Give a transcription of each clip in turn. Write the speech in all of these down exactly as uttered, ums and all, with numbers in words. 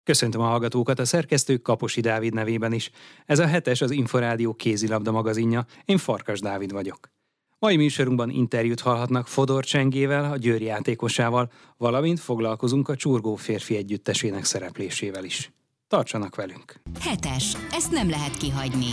Köszöntöm a hallgatókat, a szerkesztő Kaposi Dávid nevében is. Ez a hetes az Inforádió kézilabda magazinja, én Farkas Dávid vagyok. Mai műsorunkban interjút hallhatnak Fodor Csengével, a Győr játékosával, valamint foglalkozunk a Csurgó férfi együttesének szereplésével is. Tartsanak velünk! Hetes, ezt nem lehet kihagyni.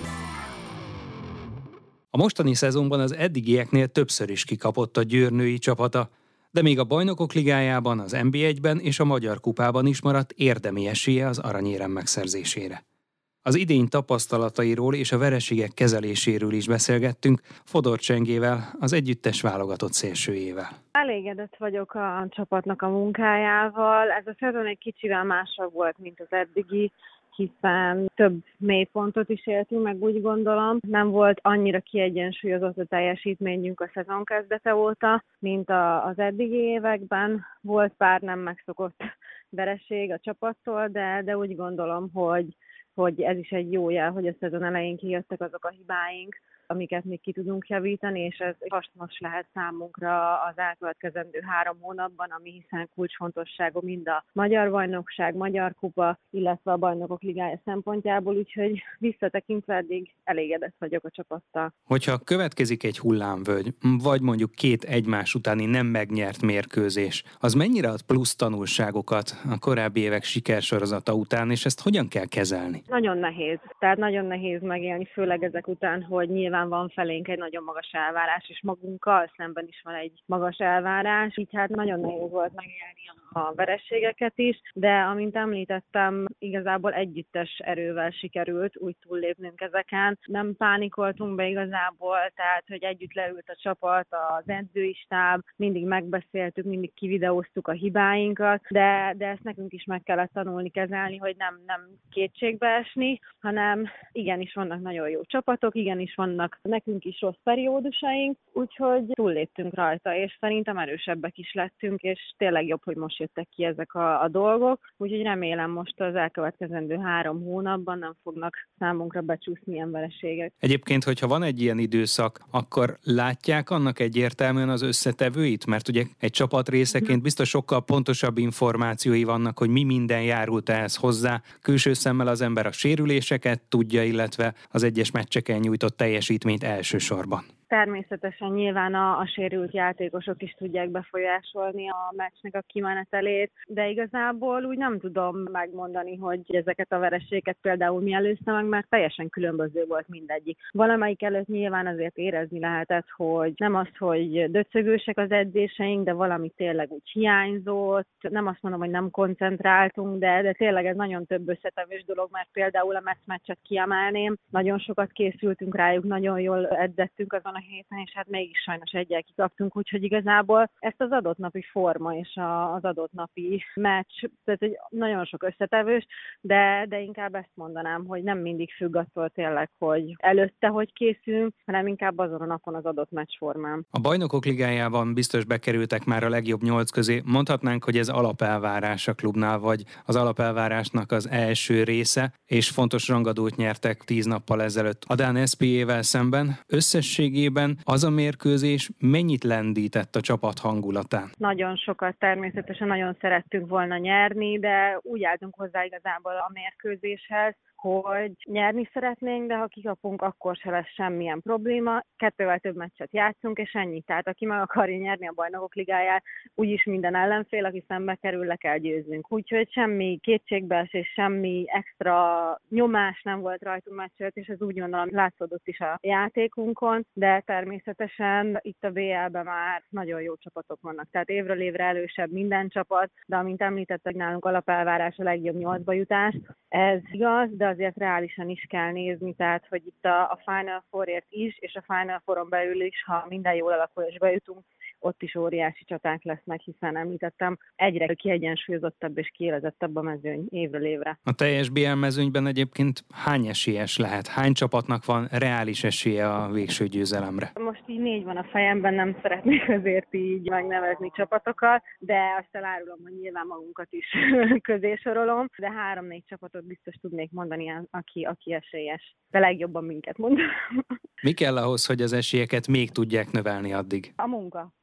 A mostani szezonban az eddigieknél többször is kikapott a Győr női csapata, de még a Bajnokok Ligájában, az en bé egyben és a Magyar Kupában is maradt érdemi esélye az aranyérem megszerzésére. Az idény tapasztalatairól és a vereségek kezeléséről is beszélgettünk Fodor Csengével, az együttes válogatott szélsőjével. Elégedett vagyok a csapatnak a munkájával. Ez a szezon egy kicsivel másabb volt, mint az eddigi, hiszen több mélypontot is éltünk meg, úgy gondolom. Nem volt annyira kiegyensúlyozott a teljesítményünk a szezon kezdete óta, mint a, az eddigi években. Volt pár nem megszokott vereség a csapattól, de, de úgy gondolom, hogy, hogy ez is egy jó jel, hogy a szezon elején kijöttek azok a hibáink, amiket még ki tudunk javítani, és ez hasznos lehet számunkra az elkövetkezendő három hónapban, ami hiszen kulcsfontosságú mind a Magyar Bajnokság, Magyar Kupa, illetve a Bajnokok Ligája szempontjából, úgyhogy visszatekintve eddig elégedett vagyok a csapattal. Hogyha következik egy hullámvölgy, vagy mondjuk két egymás utáni nem megnyert mérkőzés, az mennyire ad plusz tanulságokat a korábbi évek sikersorozata után, és ezt hogyan kell kezelni? Nagyon nehéz. Tehát nagyon nehéz megélni, főleg ezek után, hogy nyilván van felénk egy nagyon magas elvárás, és magunkkal szemben is van egy magas elvárás, így hát nagyon nehéz volt megélni a vereségeket is, de amint említettem, igazából együttes erővel sikerült úgy túllépnünk ezeken. Nem pánikoltunk be igazából, tehát hogy együtt leült a csapat, az edzői stáb, mindig megbeszéltük, mindig kivideóztuk a hibáinkat, de, de ezt nekünk is meg kellett tanulni, kezelni, hogy nem, nem kétségbe esni, hanem igenis vannak nagyon jó csapatok, igenis vannak nekünk is rossz periódusaink, úgyhogy túlléptünk rajta, és szerintem erősebbek is lettünk, és tényleg jobb, hogy most jöttek ki ezek a, a dolgok, úgyhogy remélem most az elkövetkezendő három hónapban nem fognak számunkra becsúszni ilyen vereségek. Egyébként, hogyha van egy ilyen időszak, akkor látják annak egyértelműen az összetevőit? Mert ugye egy csapat részeként biztos sokkal pontosabb információi vannak, hogy mi minden járult ehhez hozzá. Külső szemmel az ember a sérüléseket tudja, illetve az egyes meccseken nyújtott teljesítményt elsősorban. Természetesen nyilván a, a sérült játékosok is tudják befolyásolni a meccsnek a kimenetelét, de igazából úgy nem tudom megmondani, hogy ezeket a vereségeket például mi előzte meg, mert teljesen különböző volt mindegyik. Valamelyik előtt nyilván azért érezni lehetett, hogy nem az, hogy döcögősek az edzéseink, de valami tényleg úgy hiányzott. Nem azt mondom, hogy nem koncentráltunk, de, de tényleg ez nagyon több összetevős dolog, mert például a meccs-meccset kiemelném. Nagyon sokat készültünk rájuk, nagyon jól edzettünk azon a héten, és hát mégis sajnos egyel kikaptunk, úgyhogy igazából ezt az adott napi forma és a, az adott napi meccs, tehát egy nagyon sok összetevős, de, de inkább ezt mondanám, hogy nem mindig függ attól tényleg, hogy előtte hogy készülünk, hanem inkább azon a napon az adott meccsformán. A Bajnokok Ligájában biztos bekerültek már a legjobb nyolc közé. Mondhatnánk, hogy ez alapelvárás a klubnál, vagy az alapelvárásnak az első része, és fontos rangadót nyertek tíz nappal ezelőtt a Dán es pé é-vel szemben. Összességében az a mérkőzés mennyit lendített a csapat hangulatán? Nagyon sokat, természetesen nagyon szerettünk volna nyerni, de úgy álltunk hozzá igazából a mérkőzéshez, hogy nyerni szeretnénk, de ha kikapunk, akkor se lesz semmilyen probléma. Kettővel több meccset játszunk, és ennyi. Tehát aki meg akarja nyerni a Bajnokok Ligáját, úgyis minden ellenfél, aki szembe kerül, le kell győznünk. Úgyhogy semmi kétségbeesés, semmi extra nyomás nem volt rajtunk meccset, és ez úgy gondolom látszódott is a játékunkon, de természetesen itt a bé el-ben már nagyon jó csapatok vannak. Tehát évről évre elősebb minden csapat, de amint említettek, nálunk alapelvárás a legjobb nyolcba jutás. Ez igaz, de azért reálisan is kell nézni, tehát hogy itt a, a Final Fourért is, és a Final Fouron belül is, ha minden jól alakul és bejutunk, ott is óriási csaták lesznek, hiszen említettem, egyre kiegyensúlyozottabb és kiélezettebb a mezőny évről évre. A teljes bé el mezőnyben egyébként hány esélyes lehet? Hány csapatnak van reális esélye a végső győzelemre? Most így négy van a fejemben, nem szeretnék azért így megnevezni csapatokat, de azt elárulom, hogy nyilván magunkat is közé sorolom, de három-négy csapatot biztos tudnék mondani, aki, aki esélyes. De legjobban minket mondom. Mi kell ahhoz, hogy az esélyeket még tudják növelni addig? A munka.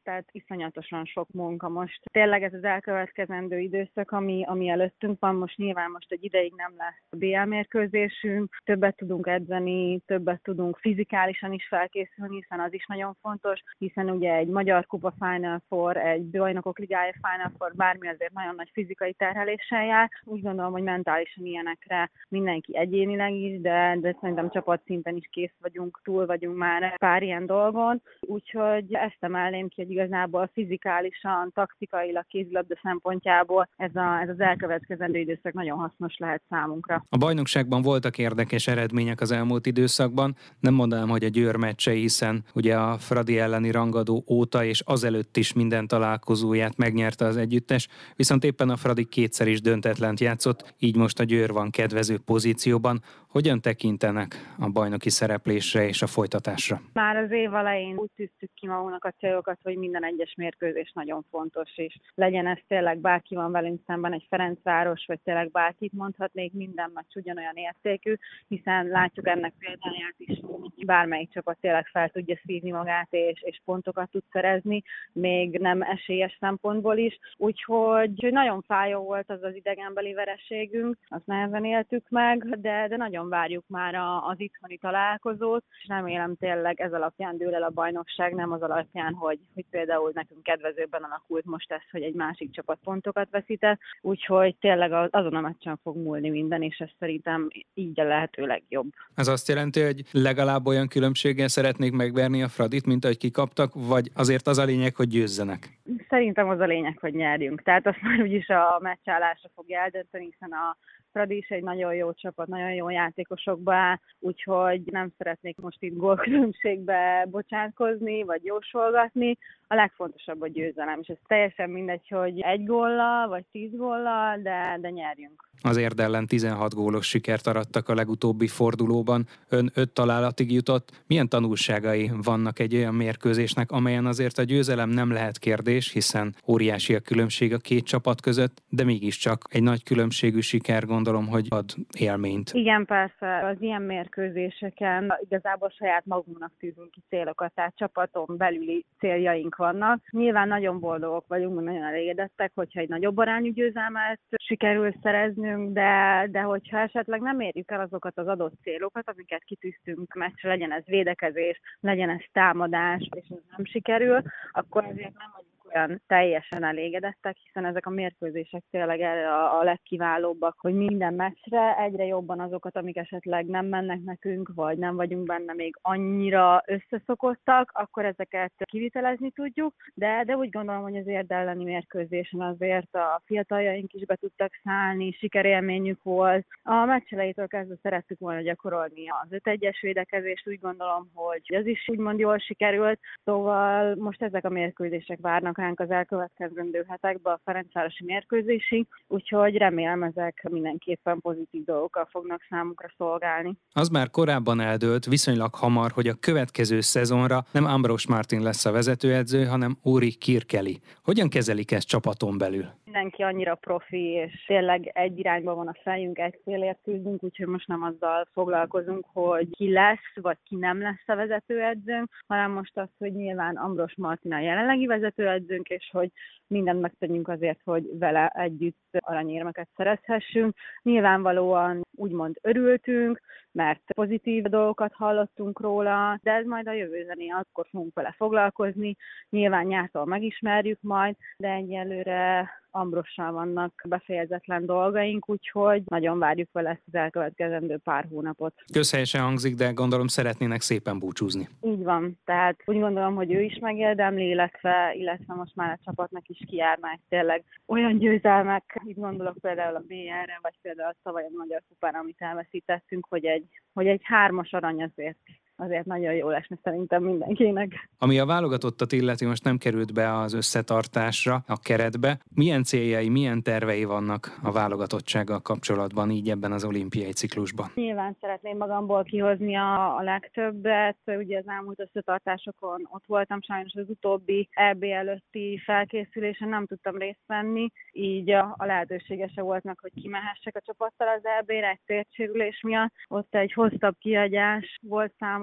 tehát iszonyatosan sok munka most. Tényleg ez az elkövetkezendő időszak, ami, ami előttünk van, most nyilván most egy ideig nem lesz bé el mérkőzésünk, többet tudunk edzeni, többet tudunk fizikálisan is felkészülni, hiszen az is nagyon fontos, hiszen ugye egy Magyar Kupa Final Four, egy Bajnokok Ligája Final Four, bármi azért nagyon nagy fizikai terheléssel jár. Úgy gondolom, hogy mentálisan ilyenekre mindenki egyénileg is, de, de szerintem csapatszinten is kész vagyunk, túl vagyunk már pár ilyen dolgon. Úgyhogy ezt emelném ki, hogy igazából fizikálisan, taktikailag, kézilabda szempontjából ez, a, ez az elkövetkezendő időszak nagyon hasznos lehet számunkra. A bajnokságban voltak érdekes eredmények az elmúlt időszakban. Nem mondanám, hogy a Győr meccsei, hiszen ugye a Fradi elleni rangadó óta és azelőtt is minden találkozóját megnyerte az együttes, viszont éppen a Fradi kétszer is döntetlent játszott, így most a Győr van kedvező pozícióban. Hogyan tekintenek a bajnoki szereplésre és a folytatásra? Már az év elején úgy tűztük ki magunknak a célokat, hogy minden egyes mérkőzés nagyon fontos, és legyen ez tényleg bárki van velünk szemben, egy Ferencváros, vagy tényleg bárkit mondhatnék, minden meccs ugyanolyan értékű, hiszen látjuk ennek példáját is, hogy bármelyik csapat tényleg fel tudja szívni magát, és, és pontokat tud szerezni, még nem esélyes szempontból is. Úgyhogy nagyon fájó volt az az idegenbeli vereségünk, azt nehezen éltük meg, de, de nagyon várjuk már a, az itthoni találkozót, és remélem tényleg ez alapján dől el a bajnokság, nem az alapján, hogy, hogy például nekünk kedvezőbben alakult most ez, hogy egy másik csapat pontokat veszített, úgyhogy tényleg azon a meccsen fog múlni minden, és ez szerintem így a lehető legjobb. Ez azt jelenti, hogy legalább olyan különbséggel szeretnék megverni a Fradit, mint ahogy kikaptak, vagy azért az a lényeg, hogy győzzenek? Szerintem az a lényeg, hogy nyerjünk. Tehát azt már úgyis a meccsállásra fogja eldönteni, hiszen a Fradi is egy nagyon jó csapat, nagyon jó játékosokba áll, úgyhogy nem szeretnék most itt gólkülönbségbe bocsátkozni, vagy jósolgatni. A legfontosabb a győzelem, és ez teljesen mindegy, hogy egy góllal, vagy tíz góllal, de, de nyerjünk. Az Érd ellen tizenhat gólos sikert arattak a legutóbbi fordulóban. Ön öt találatig jutott. Milyen tanulságai vannak egy olyan mérkőzésnek, amelyen azért a győzelem nem lehet kérdés, hiszen óriási a különbség a két csapat között, de mégiscsak egy nagy különbségű siker, gondolom, hogy ad élményt. Igen, persze, az ilyen mérkőzéseken igazából saját magunknak tűzünk ki célokat, tehát csapaton belüli céljaink vannak. Nyilván nagyon boldogok vagyunk, nagyon elégedettek, hogyha egy nagyobb arányú győzelmet sikerül szereznünk, de, de hogyha esetleg nem érjük el azokat az adott célokat, amiket kitűztünk meccsre, legyen ez védekezés, legyen ez támadás, és ez nem sikerül, akkor azért nem vagyunk olyan teljesen elégedettek, hiszen ezek a mérkőzések tényleg erre a, a legkiválóbbak, hogy minden meccsre egyre jobban azokat, amik esetleg nem mennek nekünk, vagy nem vagyunk benne még annyira összeszokottak, akkor ezeket kivitelezni tudjuk, de, de úgy gondolom, hogy az Érd elleni mérkőzésen azért a fiataljaink is be tudtak szállni, sikerélményük volt. A meccs elejétől kezdve szerettük volna gyakorolni az öt egyes védekezést, úgy gondolom, hogy az is úgymond jól sikerült, szóval most ezek a mérkőzések várnak ránk az elkövetkezendő hetekben a Ferencvárosi mérkőzésig, úgyhogy remélem ezek mindenképpen pozitív dolgokkal fognak számukra szolgálni. Az már korábban eldőlt, viszonylag hamar, hogy a következő szezonra nem Ambros Martin lesz a vezetőedző, hanem Uri Kirkeli. Hogyan kezelik ezt csapaton belül? Mindenki annyira profi, és tényleg egy irányba van a fejünk, egy célért küzdünk, úgyhogy most nem azzal foglalkozunk, hogy ki lesz, vagy ki nem lesz a vezetőedzőnk, hanem most az, hogy nyilván Ambros Martin a jelenlegi vezetőedzőnk, és hogy mindent megtegyünk azért, hogy vele együtt aranyérmeket szerezhessünk. Nyilvánvalóan úgymond örültünk, mert pozitív dolgokat hallottunk róla, de ez majd a jövő zené, akkor fogunk vele foglalkozni. Nyilván nyártól megismerjük majd, de egyelőre Ambrossal vannak befejezetlen dolgaink, úgyhogy nagyon várjuk vele ezt az elkövetkezendő pár hónapot. Közhelyesen hangzik, de gondolom szeretnének szépen búcsúzni. Így van, tehát úgy gondolom, hogy ő is megérdemli, illetve, illetve most már a csapatnak is kijárnák tényleg olyan győzelmek, itt gondolok például a bé er-re, vagy például a tavaly a Magyar Kupára, amit elveszítettünk, hogy egy, hogy egy hármas arany azért azért nagyon jól esne szerintem mindenkinek. Ami a válogatottat illeti, most nem került be az összetartásra, a keretbe. Milyen céljai, milyen tervei vannak a válogatottsággal kapcsolatban így ebben az olimpiai ciklusban? Nyilván szeretném magamból kihozni a, a legtöbbet. Ugye az elmúlt összetartásokon ott voltam, sajnos az utóbbi é bé előtti felkészülésen nem tudtam részt venni, így a, a lehetősége se volt meg, hogy kimehessek a csapattal az é bére egy térsérülés miatt. Ott egy hosszabb kihagyás volt számomra,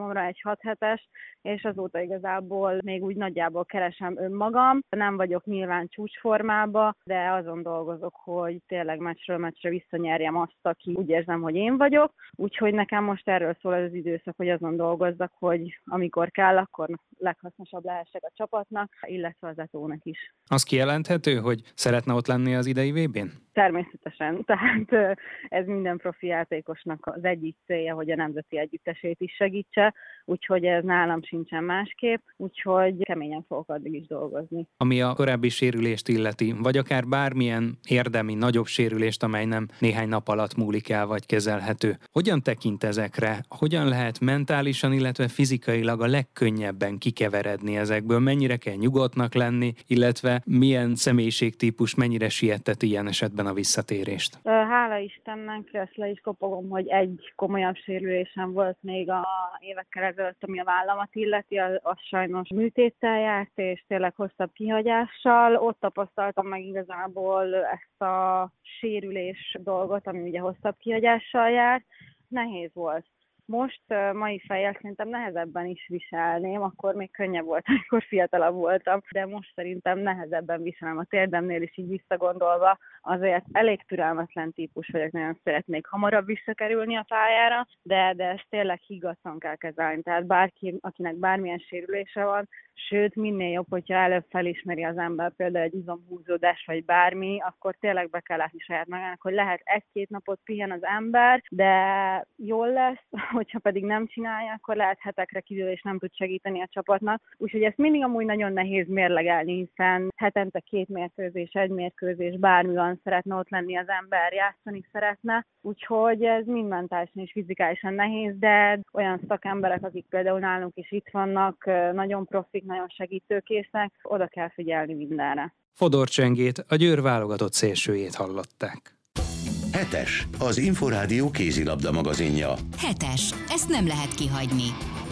számomra egy hat hetes, és azóta igazából még úgy nagyjából keresem önmagam. Nem vagyok nyilván csúcsformában, de azon dolgozok, hogy tényleg meccsről meccsre visszanyerjem azt, aki úgy érzem, hogy én vagyok. Úgyhogy nekem most erről szól ez az időszak, hogy azon dolgozzak, hogy amikor kell, akkor leghasznosabb lehessek a csapatnak, illetve az etónak is. Az kijelenthető, hogy szeretne ott lenni az idei vé bén? Természetesen. Tehát ez minden profi játékosnak az egyik célja, hogy a nemzeti együttesét is segítse, úgyhogy ez nálam sincsen másképp, úgyhogy keményen fogok addig is dolgozni. Ami a korábbi sérülést illeti, vagy akár bármilyen érdemi, nagyobb sérülést, amely nem néhány nap alatt múlik el, vagy kezelhető. Hogyan tekint ezekre? Hogyan lehet mentálisan, illetve fizikailag a legkönnyebben kikeveredni ezekből? Mennyire kell nyugodtnak lenni, illetve milyen személyiségtípus mennyire siettet ilyen esetben a visszatérést? Hála Istennek, ezt le is kopogom, hogy egy komolyabb sérülésem volt még a évekkel ezelőtt, ami a vállamat illeti, az, az sajnos műtéttel járt, és tényleg hosszabb kihagyással. Ott tapasztaltam meg igazából ezt a sérülés dolgot, ami ugye hosszabb kihagyással járt. Nehéz volt. Most mai fejjel szerintem nehezebben is viselném, akkor még könnyebb volt, amikor fiatalabb voltam, de most szerintem nehezebben viselem a térdemnél is így visszagondolva. Azért elég türelmetlen típus vagyok, nagyon szeretnék hamarabb visszakerülni a pályára, de, de ezt tényleg higgadtan kell kezelni. Tehát bárki, akinek bármilyen sérülése van, sőt, minél jobb, hogyha előbb felismeri az ember például egy izomhúzódás vagy bármi, akkor tényleg be kell látni saját magának, hogy lehet egy-két napot pihen az ember, de jól lesz, hogyha pedig nem csinálja, akkor lehet hetekre kidől és nem tud segíteni a csapatnak. Úgyhogy ezt mindig amúgy nagyon nehéz mérlegelni, hiszen hetente két mérkőzés, egy mérkőzés, bármi van, szeretne ott lenni az ember, játszani szeretne. Úgyhogy ez mind mentálisan és fizikálisan nehéz, de olyan szakemberek, akik például nálunk is itt vannak, nagyon profik, nagyon segítőkészek, oda kell figyelni mindenre. Fodor Csengét, a Győr válogatott szélsőjét hallották. Hetes, az Inforádió kézilabda magazinja. Hetes, ezt nem lehet kihagyni.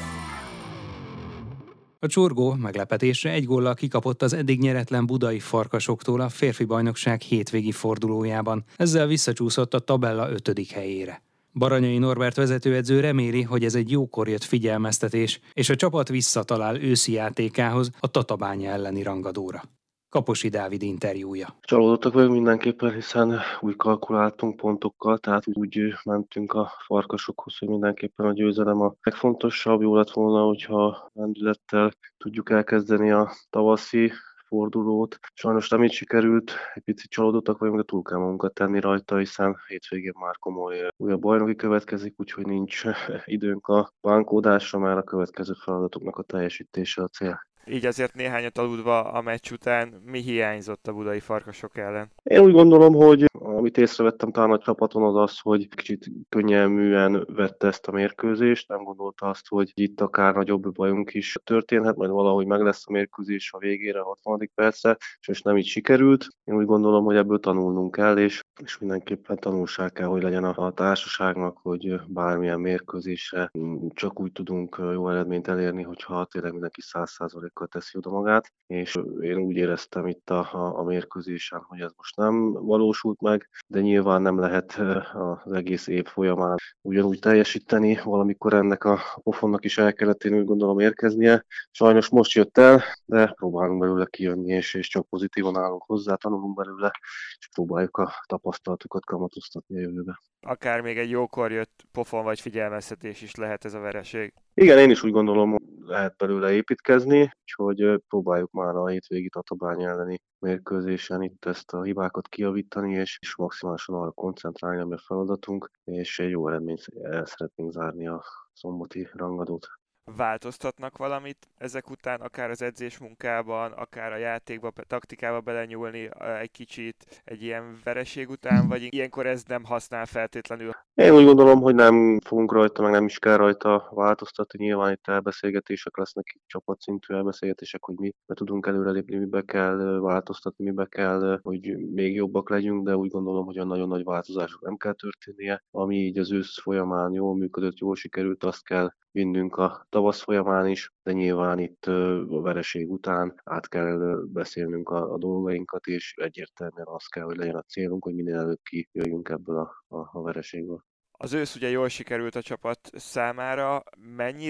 A Csurgó meglepetésre egy góllal kikapott az eddig nyeretlen budai Farkasoktól a férfi bajnokság hétvégi fordulójában. Ezzel visszacsúszott a tabella ötödik helyére. Baranyai Norbert vezetőedző reméli, hogy ez egy jókor jött figyelmeztetés, és a csapat visszatalál őszi játékához, a Tatabánya elleni rangadóra. Kaposi Dávid interjúja. Csalódottak vagyunk mindenképpen, hiszen úgy kalkuláltunk pontokkal, tehát úgy mentünk a Farkasokhoz, hogy mindenképpen a győzelem a legfontosabb. Jó lett volna, hogyha lendülettel tudjuk elkezdeni a tavaszi fordulót. Sajnos nem így sikerült, egy picit csalódottak vagyunk, de túl kell magunkat tenni rajta, hiszen hétvégén már komoly újabb bajnoki következik, úgyhogy nincs időnk a bánkódásra, már a következő feladatoknak a teljesítése a cél. Így azért néhányat aludva a meccs után mi hiányzott a budai Farkasok ellen? Én úgy gondolom, hogy amit észrevettem talán a csapaton az az, hogy kicsit könnyelműen vette ezt a mérkőzést, nem gondolta azt, hogy itt akár nagyobb bajunk is történhet, majd valahogy meg lesz a mérkőzés a végére, a hatvanadik percre, és most nem így sikerült. Én úgy gondolom, hogy ebből tanulnunk kell, és, és mindenképpen tanulság kell, hogy legyen a, a társaságnak, hogy bármilyen mérkőzésre csak úgy tudunk jó eredményt elérni, hogyha tényleg mindenki száz százalékkal teszi oda magát, és én úgy éreztem itt a, a, a mérkőzésen, hogy ez most nem valósult meg, de nyilván nem lehet az egész év folyamán ugyanúgy teljesíteni, valamikor ennek a pofonnak is el kellett, én úgy gondolom, érkeznie. Sajnos most jött el, de próbálunk belőle kijönni, és, és csak pozitívan állunk hozzá, tanulunk belőle, és próbáljuk a tapasztalatokat kamatoztatni a jövőbe. Akár még egy jókor jött pofon vagy figyelmeztetés is lehet ez a vereség. Igen, én is úgy gondolom, hogy lehet belőle építkezni, úgyhogy próbáljuk már a hétvégi Tatabánya elleni mérkőzésen itt ezt a hibákat kijavítani, és, és maximálisan arra koncentrálni, ami a feladatunk, és egy jó eredményt el szeretnénk zárni a szombati rangadót. Változtatnak valamit ezek után, akár az edzés munkában, akár a játékba, taktikába belenyúlni egy kicsit egy ilyen vereség után, vagy ilyenkor ez nem használ feltétlenül? Én úgy gondolom, hogy nem fogunk rajta, meg nem is kell rajta változtatni. Nyilván itt elbeszélgetések lesznek, itt csapatszintű elbeszélgetések, hogy mi be tudunk előrelépni, mibe kell változtatni, mibe kell, hogy még jobbak legyünk, de úgy gondolom, hogy a nagyon nagy változások nem kell történnie. Ami így az ősz folyamán jól működött, jól sikerült, azt kell vinnünk a tavasz folyamán is, de nyilván itt a vereség után át kell beszélnünk a, a dolgainkat, és egyértelműen az kell, hogy legyen a célunk, hogy minél előbb kijöjjünk ebből a, a, a vereségből. Az ősz ugye jól sikerült a csapat számára. Mennyire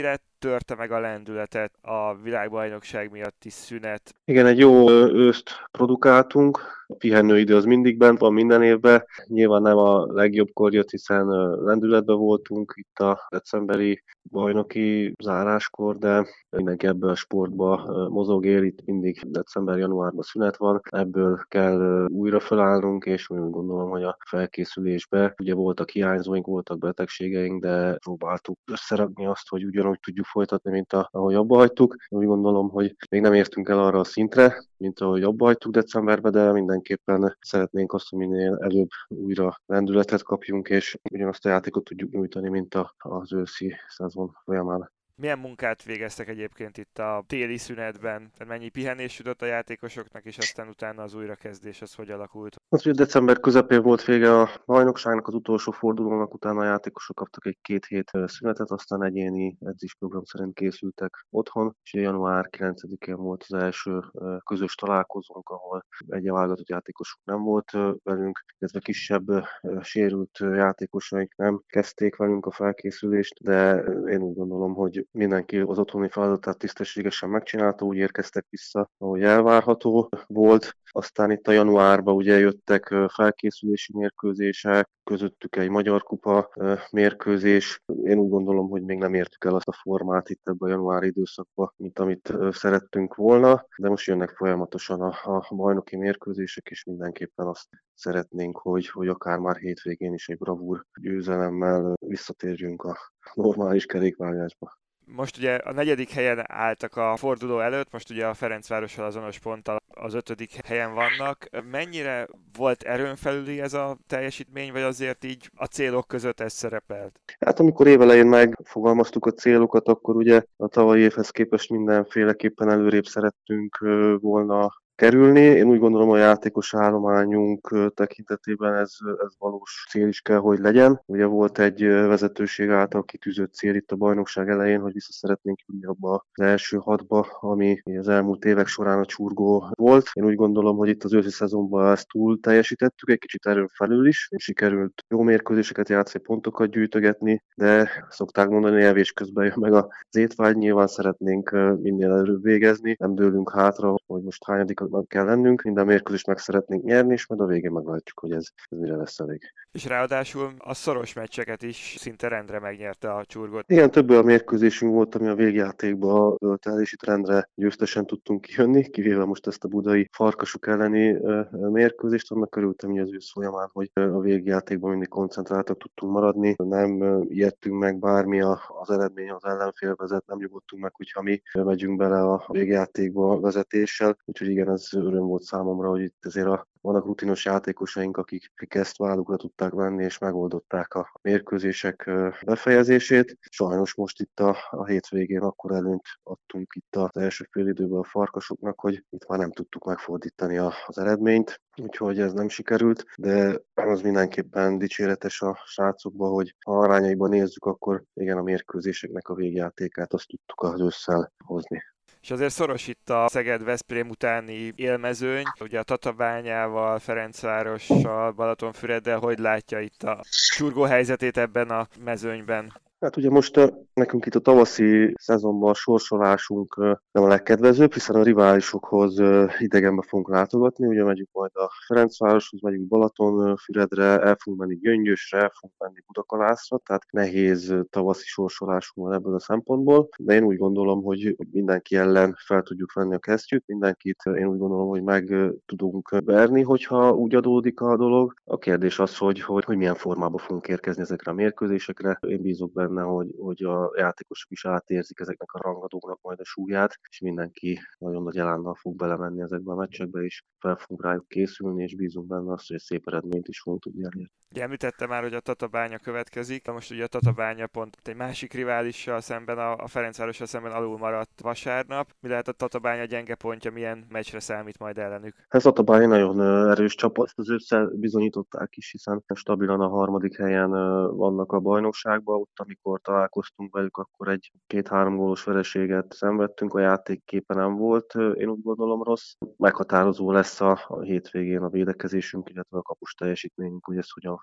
törte meg a lendületet a világbajnokság miatti szünet? Igen, egy jó őszt produkáltunk. A pihenőidő az mindig bent van minden évben. Nyilván nem a legjobbkor jött, hiszen lendületben voltunk itt a decemberi bajnoki záráskor, de mindenki ebből a sportba mozog él, itt mindig december-januárban szünet van. Ebből kell újra felállnunk, és úgy gondolom, hogy a felkészülésbe ugye voltak hiányzóink, voltak betegségeink, de próbáltuk összerakni azt, hogy ugyanúgy tudjuk folytatni, mint ahogy abba hagytuk. Úgy gondolom, hogy még nem értünk el arra a szintre, mint ahogy abba hagytuk decemberben, de mindenképpen szeretnénk azt, hogy minél előbb újra lendületet kapjunk, és ugyanazt a játékot tudjuk nyújtani, mint az őszi szezon folyamán. Milyen munkát végeztek egyébként itt a téli szünetben? Tehát mennyi pihenés jutott a játékosoknak, és aztán utána az újrakezdés, az hogy alakult? Az, hogy december közepén volt vége a bajnokságnak, az utolsó fordulónak, utána a játékosok kaptak egy két hét szünetet, aztán egyéni edzésprogram szerint készültek otthon, és január kilencedikén volt az első közös találkozónk, ahol egy válogatott játékosuk nem volt velünk, illetve kisebb sérült játékosaink nem kezdték velünk a felkészülést, de én úgy gondolom, hogy mindenki az otthoni feladatát tisztességesen megcsinálta, úgy érkeztek vissza, ahogy elvárható volt. Aztán itt a januárban ugye jöttek felkészülési mérkőzések, közöttük egy Magyar Kupa mérkőzés. Én úgy gondolom, hogy még nem értük el azt a formát itt ebben a januári időszakban, mint amit szerettünk volna, de most jönnek folyamatosan a, a bajnoki mérkőzések, és mindenképpen azt szeretnénk, hogy, hogy akár már hétvégén is egy bravúr győzelemmel visszatérjünk a normális kerékvágásba. Most ugye a negyedik helyen álltak a forduló előtt, most ugye a Ferencvárossal azonos ponttal az ötödik helyen vannak. Mennyire volt erőn felüli ez a teljesítmény, vagy azért így a célok között ez szerepelt? Hát amikor évelején megfogalmaztuk a célokat, akkor ugye a tavalyi évhez képest mindenféleképpen előrébb szerettünk volna kerülni. Én úgy gondolom, a játékos állományunk tekintetében ez, ez valós cél is kell, hogy legyen. Ugye volt egy vezetőség által kitűzött cél itt a bajnokság elején, hogy vissza szeretnénk jönni abba az első hatba, ami az elmúlt évek során a csurgó volt. Én úgy gondolom, hogy itt az őszi szezonban ezt túl teljesítettük, egy kicsit erőn felül is. Sikerült jó mérkőzéseket játszani, pontokat gyűjtögetni, de szokták mondani, elvés közben jön meg az étvágy. Nyilván szeretnénk minél előbb végezni, nem dőlünk hátra, hogy most hányadik kell lennünk, minden mérkőzést meg szeretnénk nyerni, és majd a végén meglátjuk, hogy ez, ez mire lesz elég. És ráadásul a szoros meccseket is szinte rendre megnyerte a csurgót. Igen, több olyan mérkőzésünk volt, ami a végjátékban ölt el, és itt rendre győztesen tudtunk kijönni, kivéve most ezt a budai Farkasok elleni mérkőzést. Annak örültem, hogy az ősz folyamán, hogy a végjátékban mindig koncentráltak tudtunk maradni, nem ijedtünk meg, bármi az eredmény, az ellenfél vezet, nem nyugodtunk meg, hogyha mi megyünk bele a végjátékba vezetéssel, úgyhogy igen, ez öröm volt számomra, hogy itt azért a vannak rutinos játékosaink, akik, akik ezt vállukra tudták venni, és megoldották a mérkőzések befejezését. Sajnos most itt a, a hétvégén akkor előnyt adtunk itt az első fél időben a Farkasoknak, hogy itt már nem tudtuk megfordítani a, az eredményt, úgyhogy ez nem sikerült, de az mindenképpen dicséretes a srácokban, hogy ha arányaiban nézzük, akkor igen, a mérkőzéseknek a végjátékát azt tudtuk az ősszel hozni. És azért szoros itt a Szeged-Veszprém utáni élmezőny, ugye a Tatabányával, Ferencvárossal, Balatonfüreddel, hogy látja itt a csurgó helyzetét ebben a mezőnyben? Hát ugye most nekünk itt a tavaszi szezonban a sorsolásunk nem a legkedvezőbb, hiszen a riválisokhoz idegenbe fogunk látogatni, ugye megyünk majd a Ferencvároshoz, megyünk Balatonfüredre, el fogunk menni Gyöngyösre, el fogunk menni Budakalászra, tehát nehéz tavaszi sorsolásunk van ebből a szempontból, de én úgy gondolom, hogy mindenki ellen fel tudjuk venni a kesztyűt, mindenkit én úgy gondolom, hogy meg tudunk verni, hogyha úgy adódik a dolog. A kérdés az, hogy, hogy, hogy milyen formában fogunk érkezni ezekre a mérkőzésekre. Én bízok benne, hogy, hogy a játékosok is átérzik ezeknek a rangadóknak majd a súlyát, és mindenki nagyon nagy elánnal fog belemenni ezekbe a meccsekbe, és fel fogunk rájuk készülni, és bízunk benne azt, hogy egy szép eredményt is fogunk tudni elérni. Ugye említette már, hogy a Tatabánya következik, de most ugye a Tatabánya pont egy másik riválissal szemben, a, a Ferencvárossal szemben alul maradt vasárnap. Mi lehet a Tatabánya gyenge pontja, milyen meccsre számít majd ellenük? Ez Tatabánya nagyon erős csapat, az ősszel bizonyították is, hiszen stabilan a harmadik helyen vannak a bajnokságban, ott amikor találkoztunk velük, akkor egy két-három gólos vereséget szenvedtünk, a játékképe nem volt, én úgy gondolom rossz. Meghatározó lesz a, a hétvégén a védekezésünk, illetve a kapus teljesítményünk, hogy ez hogyan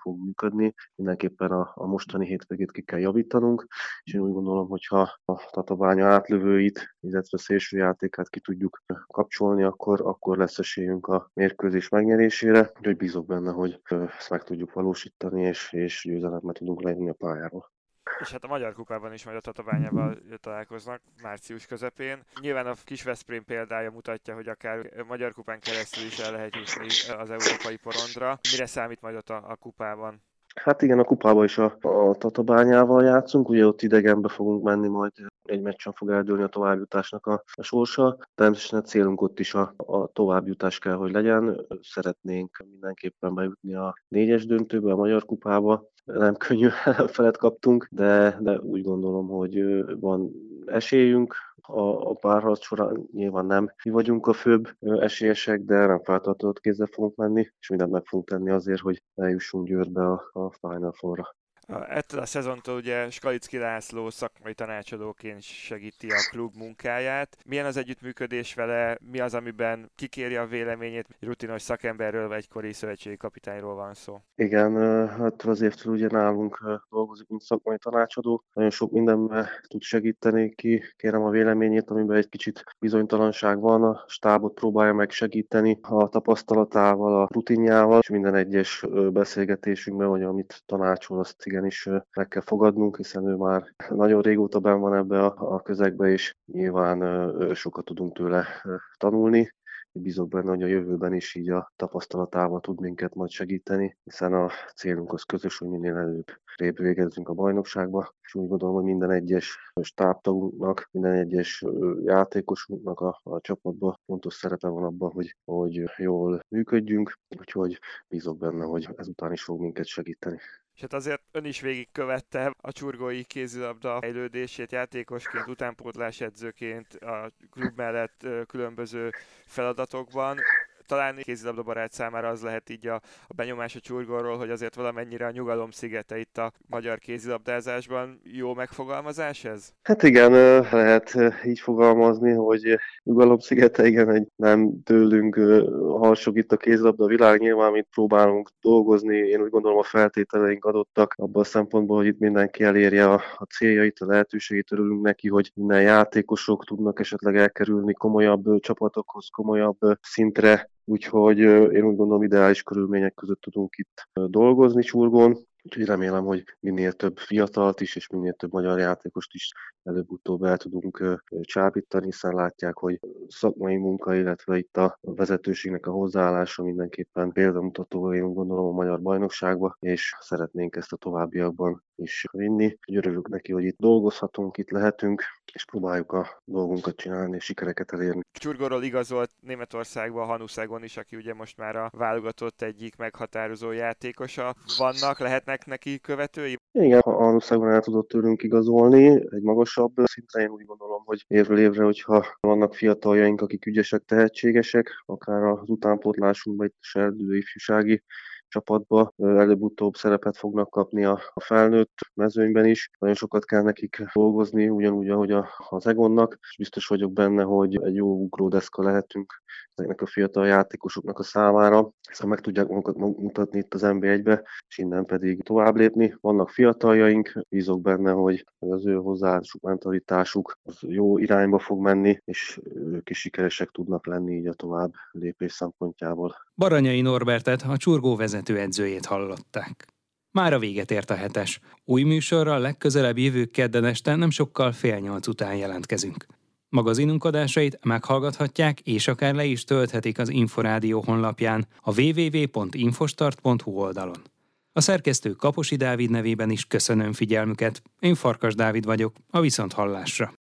fog működni. Mindenképpen a, a mostani hétvégét ki kell javítanunk, és én úgy gondolom, hogyha a Tatabánya átlövőit, illetve szélsőjátékát ki tudjuk kapcsolni, akkor, akkor lesz esélyünk a mérkőzés megnyerésére. Úgyhogy bízok benne, hogy ezt meg tudjuk valósítani, és, és győzelemmel tudunk lejönni a pályáról. És hát a Magyar Kupában is majd a Tatabányával találkoznak március közepén. Nyilván a kis Veszprém példája mutatja, hogy akár Magyar Kupán keresztül is el lehet jutni az európai porondra. Mire számít majd ott a, a kupában? Hát igen, a kupában is a, a Tatabányával játszunk, ugye ott idegenbe fogunk menni, majd egy meccsen fog eldőlni a továbbjutásnak a, a sorsa. Természetesen a célunk ott is a, a továbbjutás kell, hogy legyen. Szeretnénk mindenképpen bejutni a négyes döntőbe, a Magyar Kupába. Nem könnyű felet kaptunk, de, de úgy gondolom, hogy van esélyünk. A, a párharc során nyilván nem mi vagyunk a főbb esélyesek, de nem feltartott kézzel fogunk menni, és mindent meg fogunk tenni azért, hogy eljussunk Győrbe a, a Final Four-ra. Ettől a szezontól ugye Skalicki László szakmai tanácsadóként segíti a klub munkáját. Milyen az együttműködés vele? Mi az, amiben kikéri a véleményét? Rutinos szakemberről vagy egykori szövetségi kapitányról van szó? Igen, hát az évtől ugye nálunk dolgozik, mint szakmai tanácsadó. Nagyon sok mindenben tud segíteni, ki kérem a véleményét, amiben egy kicsit bizonytalanság van. A stábot próbálja meg segíteni a tapasztalatával, a rutinjával, és minden egyes beszélgetésünkben, vagy amit tanácsol, azt igenis meg kell fogadnunk, hiszen ő már nagyon régóta benn van ebbe a, a közegbe, és nyilván sokat tudunk tőle tanulni. Bízok benne, hogy a jövőben is így a tapasztalatával tud minket majd segíteni, hiszen a célunk az közös, hogy minél előbb végezzünk a bajnokságba, és úgy gondolom, hogy minden egyes stábtagunknak, minden egyes játékosunknak a, a csapatban fontos szerepe van abban, hogy, hogy jól működjünk, úgyhogy bízok benne, hogy ezután is fog minket segíteni. És hát azért ön is végigkövette a csurgói kézilabda fejlődését játékosként, utánpótlás edzőként, a klub mellett különböző feladatokban. Talán kézilabda barát számára az lehet így a, a benyomás a Csurgóról, hogy azért valamennyire a nyugalom szigete itt a magyar kézilabdázásban. Jó megfogalmazás ez? Hát igen, lehet így fogalmazni, hogy nyugalom szigete, igen, egy nem tőlünk harsog itt a kézilabda világ, nyilván mit próbálunk dolgozni, én úgy gondolom a feltételeink adottak abban a szempontból, hogy itt mindenki elérje a, a céljait, a lehetőségét, örülünk neki, hogy minden játékosok tudnak esetleg elkerülni komolyabb csapatokhoz, komolyabb szintre. Úgyhogy én úgy gondolom, ideális körülmények között tudunk itt dolgozni Csurgón. Úgyhogy remélem, hogy minél több fiatalt is, és minél több magyar játékost is előbb-utóbb el tudunk csábítani, hiszen látják, hogy szakmai munka, illetve itt a vezetőségnek a hozzáállása mindenképpen példamutató, én úgy gondolom, a magyar bajnokságba, és szeretnénk ezt a továbbiakban is vinni. Örülök neki, hogy itt dolgozhatunk, itt lehetünk, és próbáljuk a dolgunkat csinálni, és sikereket elérni. Csurgóról igazolt Németországba Hanuszágon is, aki ugye most már a válogatott egyik meghatározó játékosa. Vannak, lehetnek neki követői? Igen, a Hanuszágon el tudott tőlünk igazolni egy magasabb szintre. Én úgy gondolom, hogy évről évre, hogyha vannak fiataljaink, akik ügyesek, tehetségesek, akár az utánpótlásunkban, itt a serdülő ifjúsági csapatba előbb-utóbb szerepet fognak kapni a, a felnőtt mezőnyben is. Nagyon sokat kell nekik dolgozni, ugyanúgy, ahogy a, az Egonnak, és biztos vagyok benne, hogy egy jó ugródeszka lehetünk ezeknek a fiatal játékosoknak a számára, hiszen meg tudják magukat mutatni itt az en bé egybe, és innen pedig tovább lépni. Vannak fiataljaink, bízok benne, hogy az ő hozzáállásuk, mentalitásuk az jó irányba fog menni, és ők is sikeresek tudnak lenni így a tovább lépés szempontjából. Baranyai Norbertet, a Csurgó vezetőedzőjét hallották. Mára véget ért a hetes. Új műsorral legközelebb jövő kedden este nem sokkal fél nyolc után jelentkezünk. Magazinunk adásait meghallgathatják, és akár le is tölthetik az Inforádió honlapján, a double-u double-u double-u pont infostart pont hu oldalon. A szerkesztő Kaposi Dávid nevében is köszönöm figyelmüket. Én Farkas Dávid vagyok, a viszonthallásra.